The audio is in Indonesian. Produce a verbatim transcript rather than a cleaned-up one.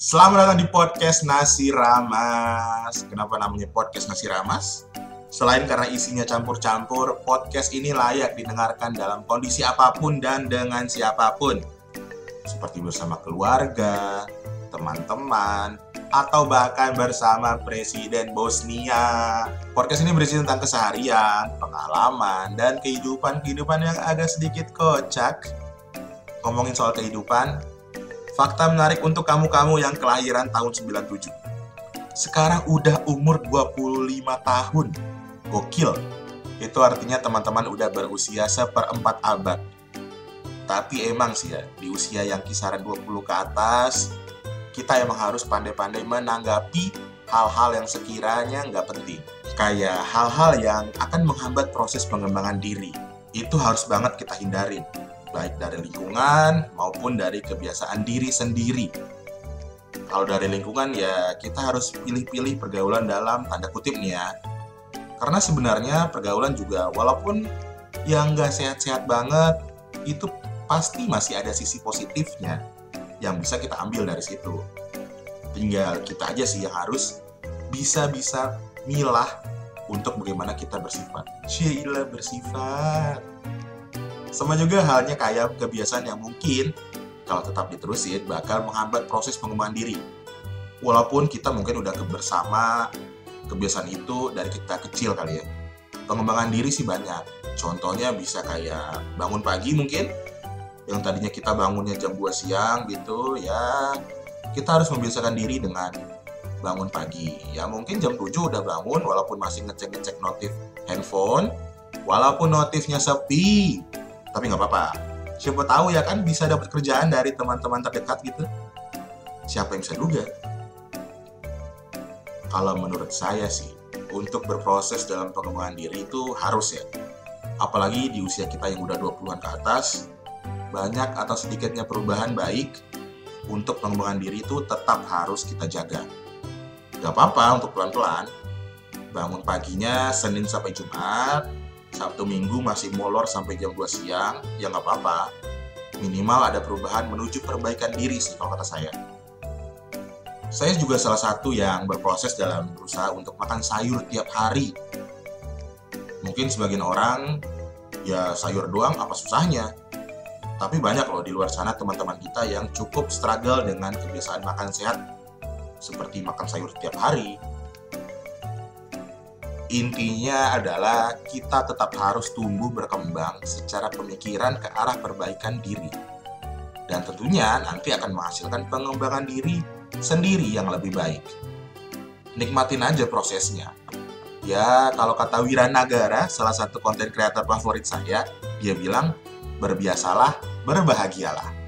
Selamat datang di podcast Nasi Ramas. Kenapa namanya podcast Nasi Ramas? Selain karena isinya campur-campur, podcast ini layak didengarkan dalam kondisi apapun dan dengan siapapun. Seperti bersama keluarga, teman-teman, atau bahkan bersama Presiden Bosnia. Podcast ini berisi tentang keseharian, pengalaman, dan kehidupan-kehidupan yang agak sedikit kocak. Ngomongin soal kehidupan, fakta menarik untuk kamu-kamu yang kelahiran tahun sembilan puluh tujuh. Sekarang udah umur dua puluh lima tahun. Gokil. Itu artinya teman-teman udah berusia seperempat abad. Tapi emang sih ya, di usia yang kisaran dua puluh ke atas, kita emang harus pandai-pandai menanggapi hal-hal yang sekiranya nggak penting. Kayak hal-hal yang akan menghambat proses pengembangan diri. Itu harus banget kita hindarin. Baik dari lingkungan maupun dari kebiasaan diri sendiri. Kalau dari lingkungan ya kita harus pilih-pilih pergaulan dalam tanda kutip nih ya. Karena sebenarnya pergaulan juga walaupun yang nggak sehat-sehat banget, itu pasti masih ada sisi positifnya yang bisa kita ambil dari situ. Tinggal kita aja sih yang harus bisa-bisa milah untuk bagaimana kita bersifat. Cila bersifat. Sama juga halnya kayak kebiasaan yang mungkin kalau tetap diterusin bakal menghambat proses pengembangan diri. Walaupun kita mungkin udah bersama kebiasaan itu dari kita kecil kali ya. Pengembangan diri sih banyak. Contohnya bisa kayak bangun pagi mungkin. Yang tadinya kita bangunnya jam dua siang gitu ya. Kita harus membiasakan diri dengan bangun pagi. Ya mungkin jam tujuh udah bangun walaupun masih ngecek-ngecek notif handphone. Walaupun notifnya sepi. Tapi nggak apa-apa. Siapa tahu ya kan bisa dapat kerjaan dari teman-teman terdekat gitu. Siapa yang bisa duga? Kalau menurut saya sih, untuk berproses dalam pengembangan diri itu harus ya. Apalagi di usia kita yang udah dua puluhan ke atas, banyak atau sedikitnya perubahan baik untuk pengembangan diri itu tetap harus kita jaga. Nggak apa-apa untuk pelan-pelan. Bangun paginya Senin sampai Jumat, Sabtu Minggu masih molor sampai jam dua siang, ya nggak apa-apa. Minimal ada perubahan menuju perbaikan diri sih kalau kata saya. Saya juga salah satu yang berproses dalam berusaha untuk makan sayur tiap hari. Mungkin sebagian orang, ya sayur doang apa susahnya. Tapi banyak loh di luar sana teman-teman kita yang cukup struggle dengan kebiasaan makan sehat. Seperti makan sayur tiap hari. Intinya adalah kita tetap harus tumbuh berkembang secara pemikiran ke arah perbaikan diri. Dan tentunya nanti akan menghasilkan pengembangan diri sendiri yang lebih baik. Nikmatin aja prosesnya. Ya, kalau kata Wiranagara, salah satu konten kreator favorit saya, dia bilang, berbiasalah, berbahagialah.